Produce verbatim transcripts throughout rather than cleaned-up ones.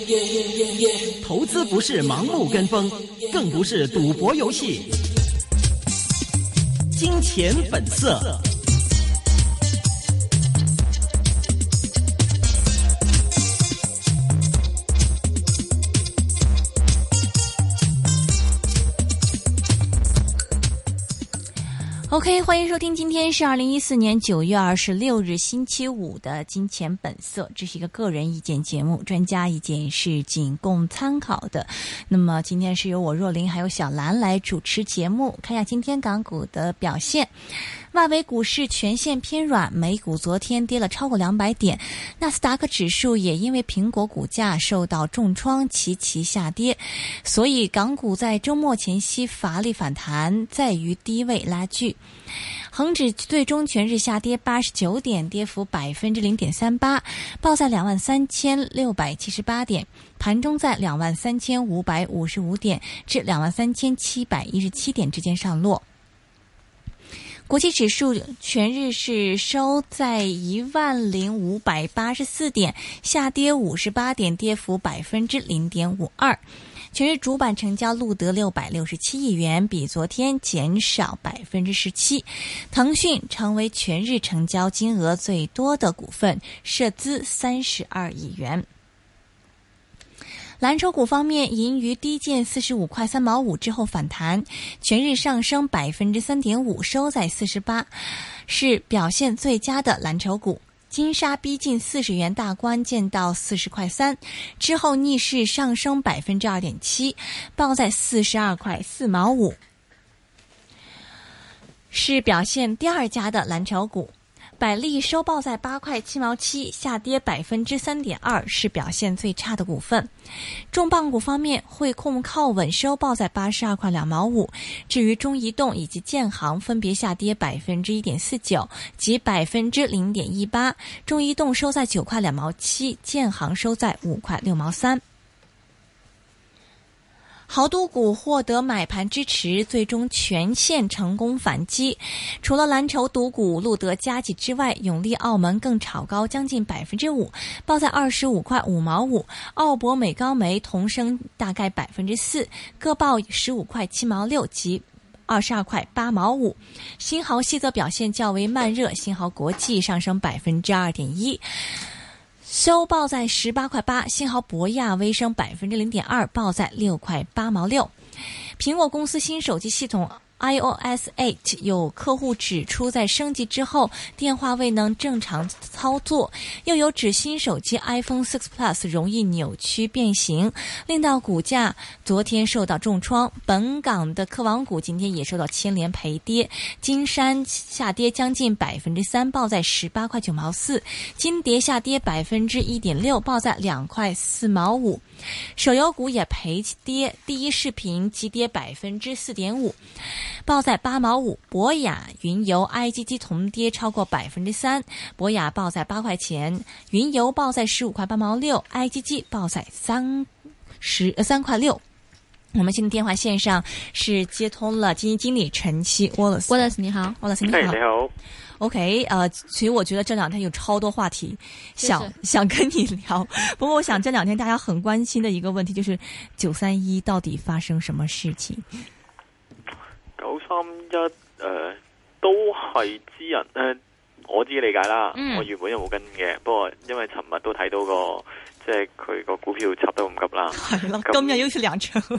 投资不是盲目跟风，更不是赌博游戏。金钱本色。 OK， 欢迎收听，今天是二零一四年九月二十六日星期五的金钱本色，这是一个个人意见节目，专家意见是仅供参考的。那么今天是由我若琳还有小兰来主持节目，看一下今天港股的表现。外围股市全线偏软，美股昨天跌了超过两百点，纳斯达克指数也因为苹果股价受到重创齐齐下跌，所以港股在周末前夕乏力反弹，在于低位拉锯。恒指最终全日下跌八十九点，跌幅百分之零点三八，报在两万三千六百七十八点，盘中在两万三千五百五十五点至两万三千七百一十七点之间上落。国际指数全日是收在一万零五百八十四点，下跌五十八点，跌幅百分之零点五二。全日主板成交录得六百六十七亿元，比昨天减少百分之十七。腾讯成为全日成交金额最多的股份，涉资三十二亿元。蓝筹股方面，银娱低见四十五块三毛五之后反弹，全日上升百分之三点五，收在四十八，是表现最佳的蓝筹股。金沙逼近四十元大关，见到四十块三，之后逆势上升百分之二点七，报在四十二块四毛五，是表现第二佳的蓝筹股。百利收报在八块七毛七，下跌百分之三点二，是表现最差的股份。重磅股方面，汇控靠稳收报在八十二块两毛五，至于中移动以及建行分别下跌百分之一点四九及百分之零点一八，中移动收在九块两毛七，建行收在五块六毛三。豪赌股获得买盘支持，最终全线成功反击。除了蓝筹赌股录得佳绩之外，永利澳门更炒高将近百分之五，报在二十五块五毛五。澳博美高梅同升大概百分之四，各报十五块七毛六及二十二块八毛五。新豪系则表现较为慢热，新豪国际上升百分之二点一。收报在十八块八，新豪博亚微升百分之零点二，报在六块八毛六。苹果公司新手机系统 i O S 八有客户指出，在升级之后电话未能正常操作，又有指新手机 iPhone 六 Plus 容易扭曲变形，令到股价昨天受到重创。本港的科网股今天也受到牵连赔跌，金山下跌将近百分之三，报在十八块九毛四；金蝶下跌百分之一点六，报在两块四毛五。手游股也赔跌，第一视频急跌百分之四点五，报在八毛五。博雅、云游、I G G 同跌超过百分之三，博雅报在八块钱，云游报在十五块八毛六 ，I G G 报在三十呃三块六。我们现在电话线上是接通了基金经理陈期 Wallace。Wallace 你好 ，Wallace 你好。 你好。 OK， 呃，其实我觉得这两天有超多话题想想跟你聊。不过我想这两天大家很关心的一个问题就是九三一到底发生什么事情？ 九三一誒都係知人誒、呃，我自己理解啦。嗯、我原本有冇跟嘅，不過因為尋日都睇到個即係佢個股票插得咁急啦。 係啦，今日又是兩成。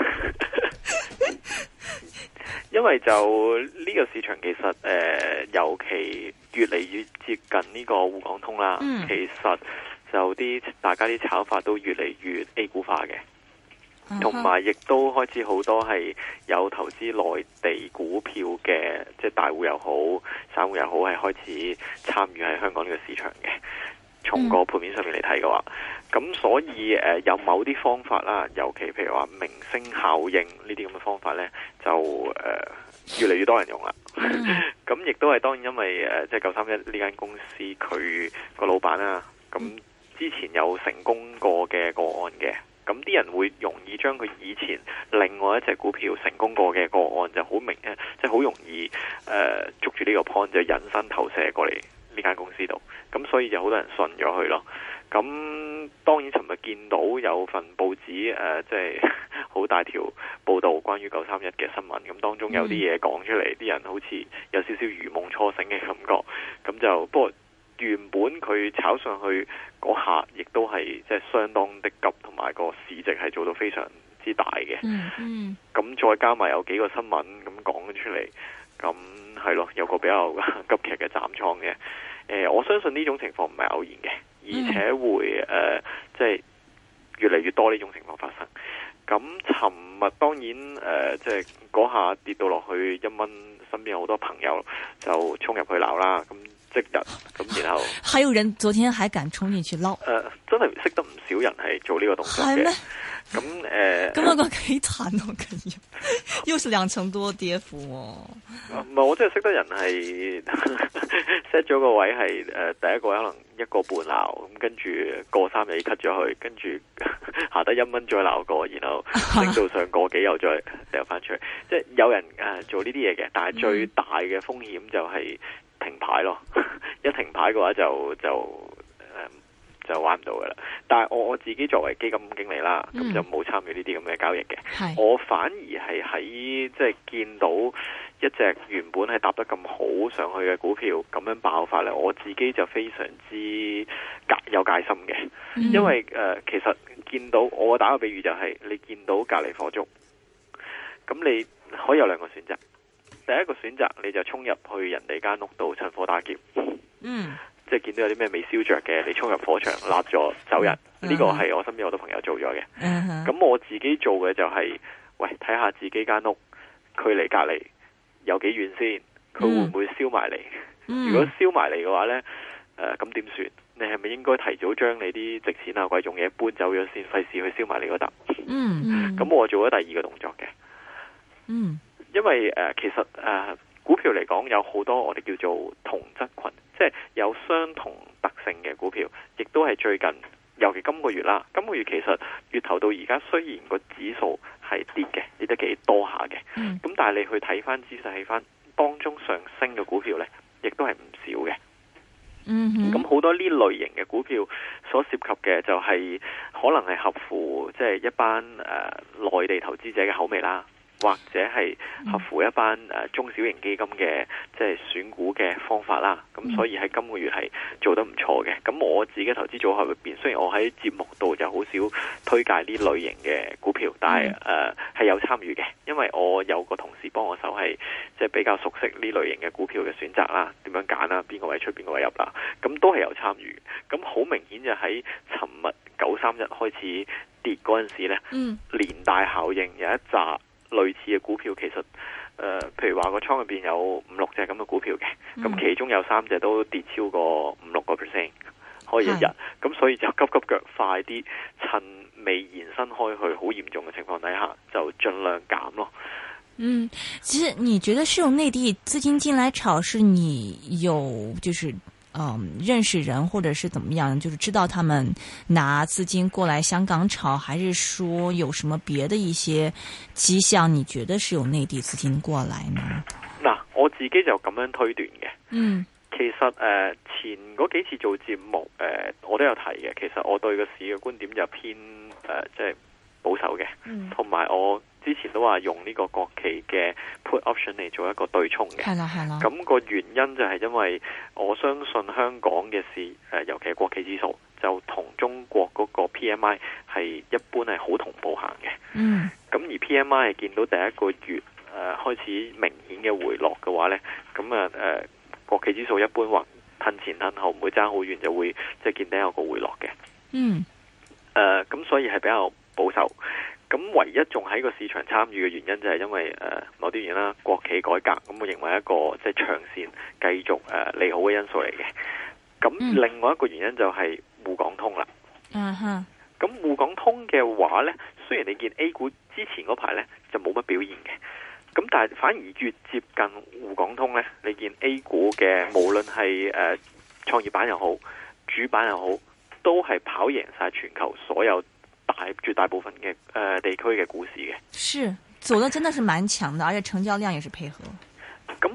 因為就呢個市場其實誒、呃，尤其越嚟越接近呢個滬港通啦、嗯，其實就啲大家啲炒法都越嚟越 A 股化嘅，同埋亦都開始好多係有投資內地股票嘅，即係大戶又好，散戶又好，係開始參與喺香港呢個市場嘅。從個盤面上面嚟睇嘅話，咁、嗯、所以誒、呃、有某啲方法啦，尤其譬如話明星效應呢啲咁嘅方法咧，就誒、呃、越嚟越多人用啦。咁亦都係當然因為誒即係九三一呢間公司佢個老闆啦，咁之前有成功過嘅個案嘅，咁啲人會容易將佢以前另外一隻股票成功過嘅個案就好明誒，即係好容易誒、呃、捉住呢個 point 就引申投射過嚟呢間公司度，咁所以就好多人信咗佢咯。 咁當然，尋日見到有份報紙誒，即係好大條報導關於九三一嘅新聞。咁當中有啲嘢講出嚟，啲、嗯、人好似有少少如夢初醒嘅感覺。咁就不過原本佢炒上去嗰下，亦都係即係相當的急，同埋個市值係做到非常之大嘅。嗯嗯。咁再加埋有幾個新聞咁講咗出嚟，咁係咯，有個比較急劇嘅斬倉嘅。誒、呃，我相信呢種情況唔係偶然嘅。而且會誒，即、呃、係、就是、越嚟越多呢種情況發生。咁尋日當然誒，即係嗰下跌到落去一蚊，身邊有好多朋友就衝入去撈啦。咁即日咁，然後還有人昨天還敢衝進去撈？誒、 呃，真係識得唔少人係做呢個動作嘅。係咩？咁誒， 咁我覺得幾慘咯，咁又是兩成多跌幅喎。 唔係，我真係識得人係 set 咗個位係誒、呃，第一個可能一個半撈，咁跟住過三日 cut 咗佢，跟住下得一蚊再撈過，然後升到上個幾又再掉翻出去。即係有人誒、呃、做呢啲嘢嘅，但係最大嘅風險就係停牌咯。一停牌嘅話就就誒。呃就玩唔到噶啦，但係我我自己作為基金經理啦，咁、嗯、就冇參與呢啲咁嘅交易嘅。我反而係喺即係見到一隻原本係搭得咁好上去嘅股票咁樣爆發咧，我自己就非常之戒有戒心嘅、嗯，因為誒、呃、其實見到我打個比喻就係、是、你見到隔離火燭，咁你可以有兩個選擇。第一個選擇你就衝入去人哋間屋度趁火打劫。嗯。即係見到有啲咩未燒着嘅，你衝入火場立咗走人，呢、uh-huh. 個係我身邊好多朋友做咗嘅。咁、uh-huh. 我自己做嘅就係、是，喂，睇下自己間屋距離隔離有幾遠先，佢會唔會燒埋嚟？Uh-huh. 如果燒埋嚟嘅話呢，誒咁點算？你係咪應該提早將你啲值錢啊貴重嘢搬走咗先，費事去燒埋你嗰笪？嗯，咁我做咗第二個動作嘅。嗯、uh-huh.，因為誒、呃、其實誒。呃股票嚟講有好多我哋叫做同質群，即係有相同特性嘅股票，亦都係最近，尤其今個月啦。今個月其實月頭到而家，雖然個指數係跌嘅，跌得幾多下嘅，咁、嗯、但係你去睇翻姿勢，睇翻當中上升嘅股票呢，亦都係唔少嘅。嗯，咁好多呢類型嘅股票所涉及嘅就係可能係合乎即係一班誒、呃、內地投資者嘅口味啦。或者係合乎一班誒中小型基金嘅即係選股嘅方法啦，咁所以喺今個月係做得唔錯嘅。咁我自己投資組合入邊，雖然我喺節目度就好少推介呢類型嘅股票，但係誒係有參與嘅，因為我有個同事幫我手係即係比較熟悉呢類型嘅股票嘅選擇啦，點樣揀啦，邊個位出邊個位入啦，咁都係有參與。咁好明顯就喺尋日九三一開始跌嗰陣時咧，連帶效應有一紮類似嘅股票，其實誒、呃，譬如話個倉入邊有五六隻咁嘅股票嘅，咁、嗯、其中有三隻都跌超過五六個 percent，可以一日，咁所以就急急腳快啲，趁未延伸開去好嚴重嘅情況底下，就盡量減咯。 嗯，其實你覺得是用內地資金進來炒，是你有就是？嗯，認識人或者是怎麼樣，就是知道他們拿資金過來香港炒，還是說有什麼別的一些跡象？你覺得是有內地資金過來呢？ 嗱，我自己就咁樣推斷嘅。嗯，其實誒、呃、前嗰幾次做節目誒、呃，我都有提嘅。其實我對個市嘅觀點就偏誒即係保守嘅，同、嗯、埋我。之前都話用呢個國企嘅 put option 嚟做一個對沖嘅，係啦係啦。咁、那個原因就係因為我相信香港嘅市，誒、呃，尤其係國企指數，就同中國嗰個 P M I 係一般係好同步行嘅。嗯。咁而 P M I 係見到第一個月誒、呃、開始明顯嘅回落嘅話咧，咁啊誒國企指數一般話褪前褪後唔會爭好遠，就會即係見到有個回落嘅。嗯。誒、呃，咁所以係比較保守。咁唯一仲喺個市場參與嘅原因就係因為誒某啲原因啦，國企改革，咁我認為一個即係、就是、長線繼續誒、呃、利好嘅因素嚟嘅。咁另外一個原因就係滬港通啦。嗯哼。咁滬港通嘅話呢，雖然你見 A 股之前嗰排呢就冇乜表現嘅，咁但係反而越接近滬港通呢，你見 A 股嘅無論係誒創業板又好，主板又好，都係跑贏晒全球所有。大絕大部分嘅誒、呃、地區嘅股市嘅， 是走得真的是蠻強的，而且成交量也是配合。 咁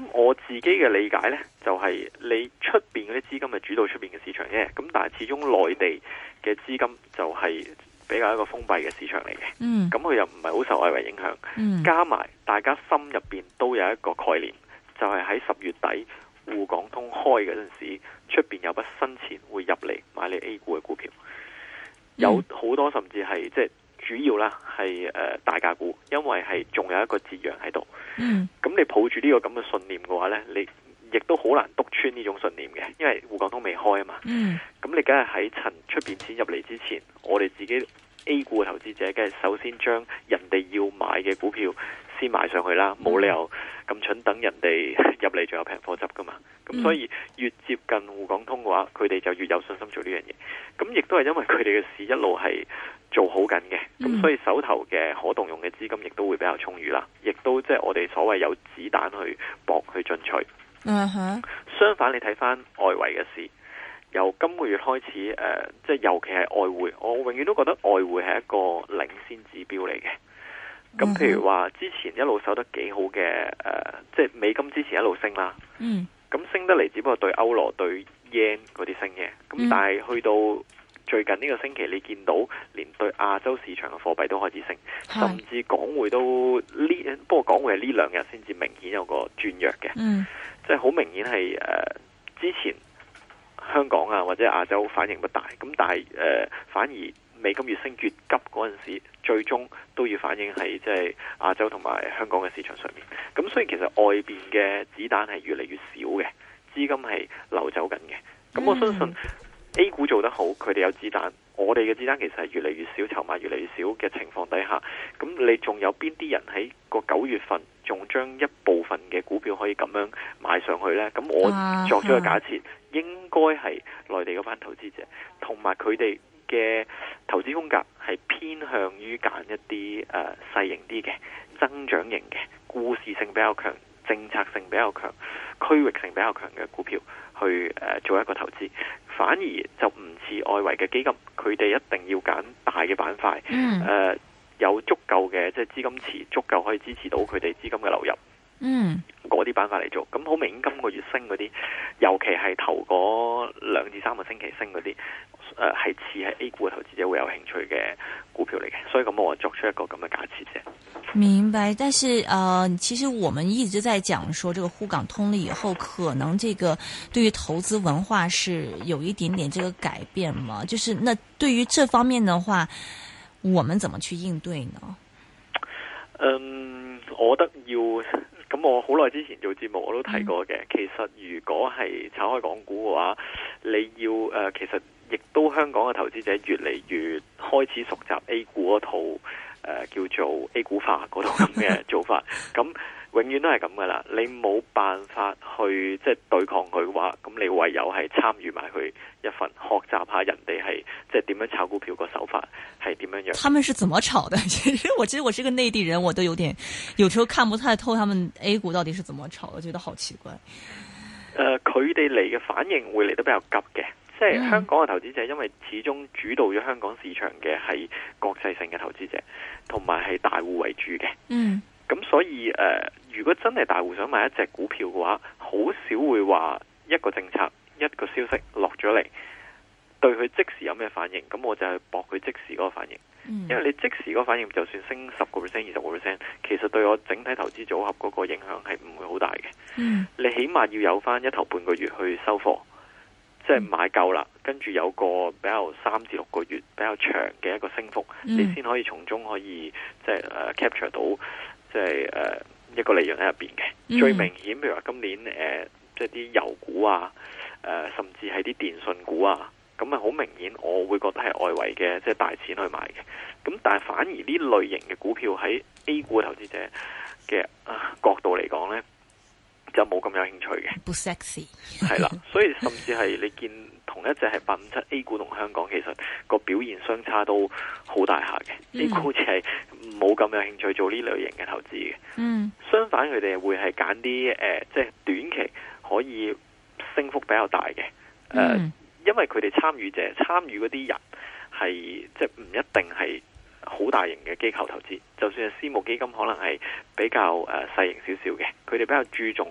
我自己嘅理解呢，就係、是、你出邊嗰啲資金係主導出邊嘅市場嘅，咁但係始終內地嘅資金就係比較一個封閉嘅市場嚟嘅。嗯，咁佢又唔係好受外圍影響。嗯，加埋大家心入邊都有一個概念，就係喺十月底滬港通開嗰陣時，出邊有筆新錢會入嚟買你 A 股嘅股票，有好多甚至係即係。主要啦係誒大價股，因為係仲有一個折讓喺度。嗯，咁你抱住呢個咁嘅信念嘅話呢，你亦都好難篤穿呢種信念嘅，因為滬港通未開啊嘛。嗯，咁你梗係喺趁出邊錢入嚟之前，我哋自己 A 股嘅投資者，梗係首先將人哋要買嘅股票先買上去啦，冇理由咁蠢等人哋入嚟仲有平貨執噶嘛。咁所以越接近滬港通嘅話，佢哋就越有信心做呢樣嘢。咁亦都係因為佢哋嘅市一路係做好緊嘅，咁所以手頭嘅可動用嘅資金亦都會比較充裕啦，亦都即係我哋所謂有子彈去搏去進取。嗯哼。相反，你睇翻外圍嘅市，由今個月開始，誒、呃，即係尤其係外匯，我永遠都覺得外匯係一個領先指標嚟嘅。咁譬如話之前一路守得幾好嘅，誒、呃，即係美金之前一路升啦。嗯。咁升得嚟，只不過對歐羅、對 yen 嗰啲升嘅。咁但係去到最近呢個星期，你見到連對亞洲市場嘅貨幣都開始升，甚至港匯都呢，不過港匯係呢兩日先至明顯有個轉弱嘅。嗯，即係好明顯係誒、呃、之前香港啊或者亞洲反應不大，咁但係誒、呃、反而美金越升越急嗰陣時，最終都要反映喺即係亞洲同埋香港嘅市場上面。咁所以其實外邊嘅子彈係越嚟越少嘅，資金係流走緊嘅。咁我相信、嗯A 股做得好，佢哋有子彈，我哋嘅子彈其實係越嚟越少，籌碼越嚟越少嘅情況底下，咁你仲有邊啲人喺個九月份仲將一部分嘅股票可以咁樣買上去呢？咁我作咗個假設，應該係內地嗰班投資者，同埋佢哋嘅投資風格係偏向於揀一啲誒、呃、細型啲嘅、增長型嘅、故事性比較強、政策性比較強、區域性比較強嘅股票去誒、呃、做一個投資。反而就唔似外圍嘅基金，佢哋一定要揀大嘅板塊，誒、嗯呃、有足夠嘅即係資金池，足夠可以支持到佢哋資金嘅流入。嗯，嗰啲板塊嚟做，咁好明顯今個月升嗰啲，尤其係頭嗰兩至三個星期升嗰啲，誒係似係 A 股嘅投資者會有興趣嘅股票嚟嘅，所以咁我作出一個咁嘅假設啫。 明白，但是呃，其實我們一直在講說，這個滬港通了以後，可能這個對於投資文化是有一點點這個改變嘛。就是那對於這方面的話，我們怎麼去應對呢？ 嗯，我覺得要咁，我好耐之前做節目我都提過嘅。嗯、其實如果係炒開港股嘅話，你要誒、呃，其實亦都香港嘅投資者越嚟越開始熟習 A 股嗰套。誒、呃，叫做 A 股化嗰度咁嘅做法，咁永遠都係咁噶啦。你冇辦法去即係對抗佢嘅話，咁你唯有係參與埋佢一份，學習下人哋係即係點樣炒股票個手法係點樣樣。 他們是怎麼炒的？其實我其實我是個內地人，我都有點有時候看不太透，他們 A 股到底是怎麼炒的，我覺得好奇怪。 誒、呃，佢哋嚟嘅反應會嚟得比較急嘅。即係香港嘅投資者，因為始終主導咗香港市場嘅係國際性嘅投資者，同埋係大戶為主嘅。嗯，咁所以誒、呃，如果真係大戶想買一隻股票嘅話，好少會話一個政策、一個消息落咗嚟，對佢即時有咩反應，咁我就係搏佢即時嗰個反應。嗯、因為你即時嗰個反應，就算升十個 percent、二十個 percent，其實對我整體投資組合嗰個影響係唔會好大嘅。嗯，你起碼要有翻一頭半個月去收貨。即係買夠啦，跟住有個比較三至六個月比較長嘅一個升幅，嗯、你先可以從中可以即係誒 capture 到即係誒一個利潤喺入邊嘅。嗯、最明顯，譬如話今年誒即係啲油股啊，誒、呃、甚至係啲電信股啊，咁啊好明顯，我會覺得係外圍嘅即係大錢去買嘅。咁但係反而呢類型嘅股票喺 A 股嘅投資者嘅啊角度嚟講咧，就冇咁有興趣嘅， 不 sexy 係啦，所以甚至係你見同一隻係八五七 A 股同香港，其實個表現相差都好大下嘅。嗯、A 股好似係冇咁有興趣做呢類型嘅投資嘅。嗯，相反佢哋會係揀啲誒，即係短期可以升幅比較大嘅。誒、呃，嗯、因為佢哋參與者參與嗰啲人係即係唔一定係好大型嘅機構投資，就算係私募基金，可能係比較誒細、呃、型少少嘅，佢哋比較注重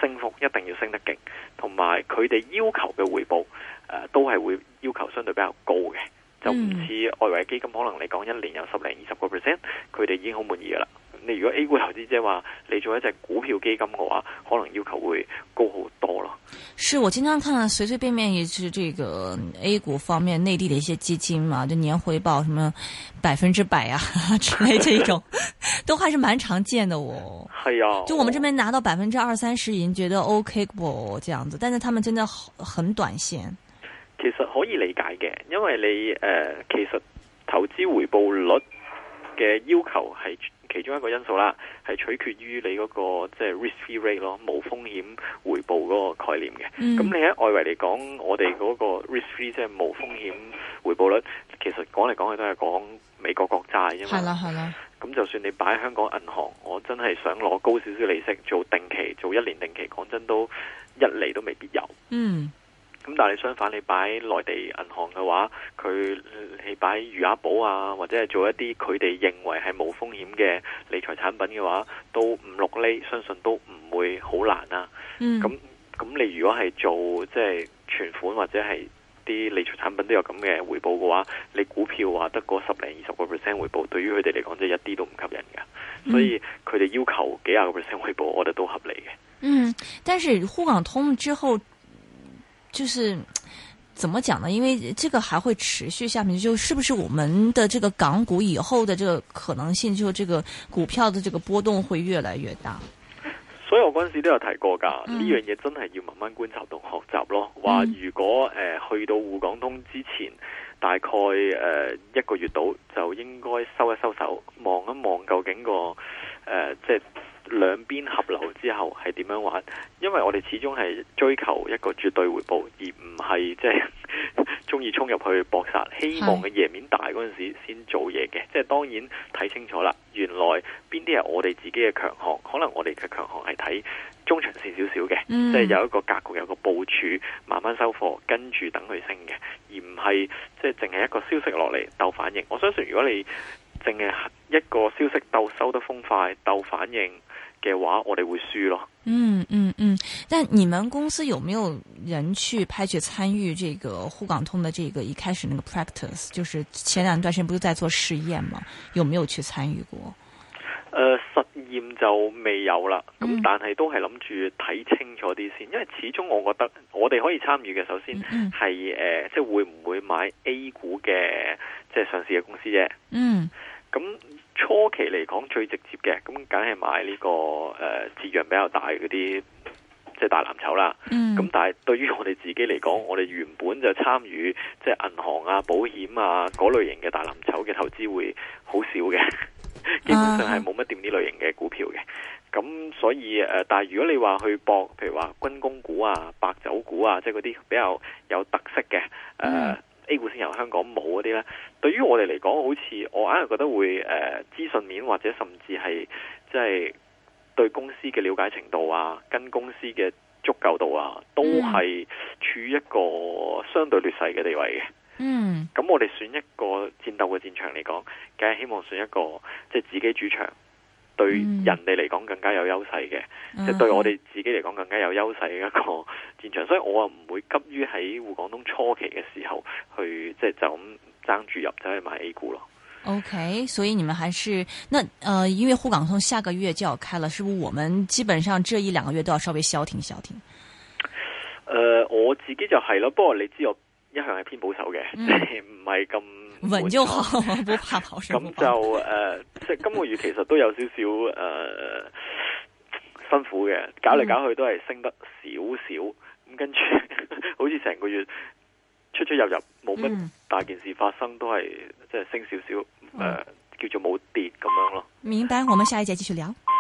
升幅一定要升得勁，同埋佢哋要求嘅回報誒、呃、都係會要求相對比較高嘅，就唔似外圍基金可能你講一年有十零二十個 percent， 佢哋已經好滿意噶啦。你如果 A 股投資者話你做一隻股票基金嘅話，可能要求會高好多咯。 是我經常看到隨隨便便也是這個 A 股方面內地的一些基金嘛，就年回報什麼百分之百啊之類這種，都還是蠻常見的哦。 係啊， 就我們這邊拿到百分之二三十已經覺得 OK 不這樣子，但是他們真的很短線。 其實可以理解嘅，因為你誒、呃，其實投資回報率嘅要求係其中一個因素啦，係取決於你嗰、那個即係、就是、risk-free rate 咯，無風險回報嗰個概念嘅。咁、嗯、你喺外圍嚟講，我哋嗰個 risk-free 即係無風險回報率，其實講嚟講去都係講美國國債啫嘛。係啦係啦。咁就算你擺喺香港銀行，我真係想攞高少少利息做定期，做一年定期，講真都一厘都未必有。嗯。咁但係你相反，你擺內地銀行嘅話，佢你擺餘額寶啊，或者係做一啲佢哋認為係冇風險嘅理財產品嘅話，都五六厘，相信都唔會好難啦。嗯。咁咁你如果係做即係存款或者係啲理財產品都有咁嘅回報嘅話，你股票話得個十零二十個 percent 回報，對於佢哋嚟講真係一啲都唔吸引㗎。嗯。所以佢哋要求幾廿個 percent 回報，我覺得都合理嘅。嗯， 但是滬港通之後。就是怎麼講呢？因為這個還會持續下面，就是不是我們的這個港股以後的這個可能性，就這個股票的這個波動會越來越大。 所以我嗰陣時都有提過噶，呢、嗯、樣嘢真係要慢慢觀察同學習咯。話如果誒、呃、去到滬港通之前，大概誒、呃、一個月度就應該收一收手，望一望究竟個誒、呃、即係。兩邊合流之後係點樣玩？因為我哋始終係追求一個絕對回報，而唔係即係中意衝入去搏殺，希望嘅贏面大嗰陣時先做嘢嘅。即係當然睇清楚啦，原來邊啲係我哋自己嘅強項，可能我哋嘅強項係睇中長線少少嘅，即係有一個格局，有一個部署，慢慢收貨，跟住等佢升嘅，而唔係即係淨係一個消息落嚟鬥反應。我相信如果你淨係一個消息鬥收得風快，鬥反應嘅話，我哋會輸咯。嗯嗯嗯，但你們公司有沒有人去派去參與這個滬港通的這個一開始那個 practice？就是前兩段時間不是在做試驗嗎？有沒有去參與過？誒、 呃，實驗就未有啦。咁、嗯、但係都係諗住睇清楚啲先，因為始終我覺得我哋可以參與嘅，首先係誒、嗯呃，即係會唔會買 A 股嘅即係上市嘅公司啫。嗯。咁初期嚟講最直接嘅，咁梗係買呢、這個誒市量比較大嗰啲即係大藍籌啦。咁、嗯、但係對於我哋自己嚟講，我哋原本就參與即係銀行啊、保險啊嗰類型嘅大藍籌嘅投資會好少嘅，基本上係冇乜掂呢類型嘅股票嘅。咁所以誒，但係如果你話去搏，譬如話軍工股啊、白酒股啊，即係嗰啲比較有特色嘅誒。呃嗯A 股先由香港冇嗰啲呢，對於我哋嚟講，好似我硬係覺得會誒、呃、資訊面或者甚至係即係對公司嘅了解程度啊，跟公司嘅足夠度啊，都係處於一個相對劣勢嘅地位嘅。嗯，咁我哋選一個戰鬥嘅戰場嚟講，梗係希望選一個即係自己主場。對人哋嚟講更加有優勢嘅，即、嗯、係對我哋自己嚟講更加有優勢嘅一個戰場，所以我啊唔會急於喺滬港通初期嘅時候去即係就咁爭住入走去買 A 股咯。 OK， 所以你們還是那呃，因為滬港通下個月就要開了，是不是我們基本上這一兩個月都要稍微消停消停？ 誒、呃，我自己就係咯，不過你知我一向係偏保守嘅，即係唔係咁。 穩就好，不怕跑什麼。 咁就誒、呃，即係今個月其實都有少少誒、呃、辛苦嘅，搞嚟搞去都係升得少少，咁、嗯、跟住好似成個月出出入入冇乜大件事發生，嗯、都係即係升少少，誒、呃、叫做冇跌咁樣咯。 明白，我們下一節繼續聊。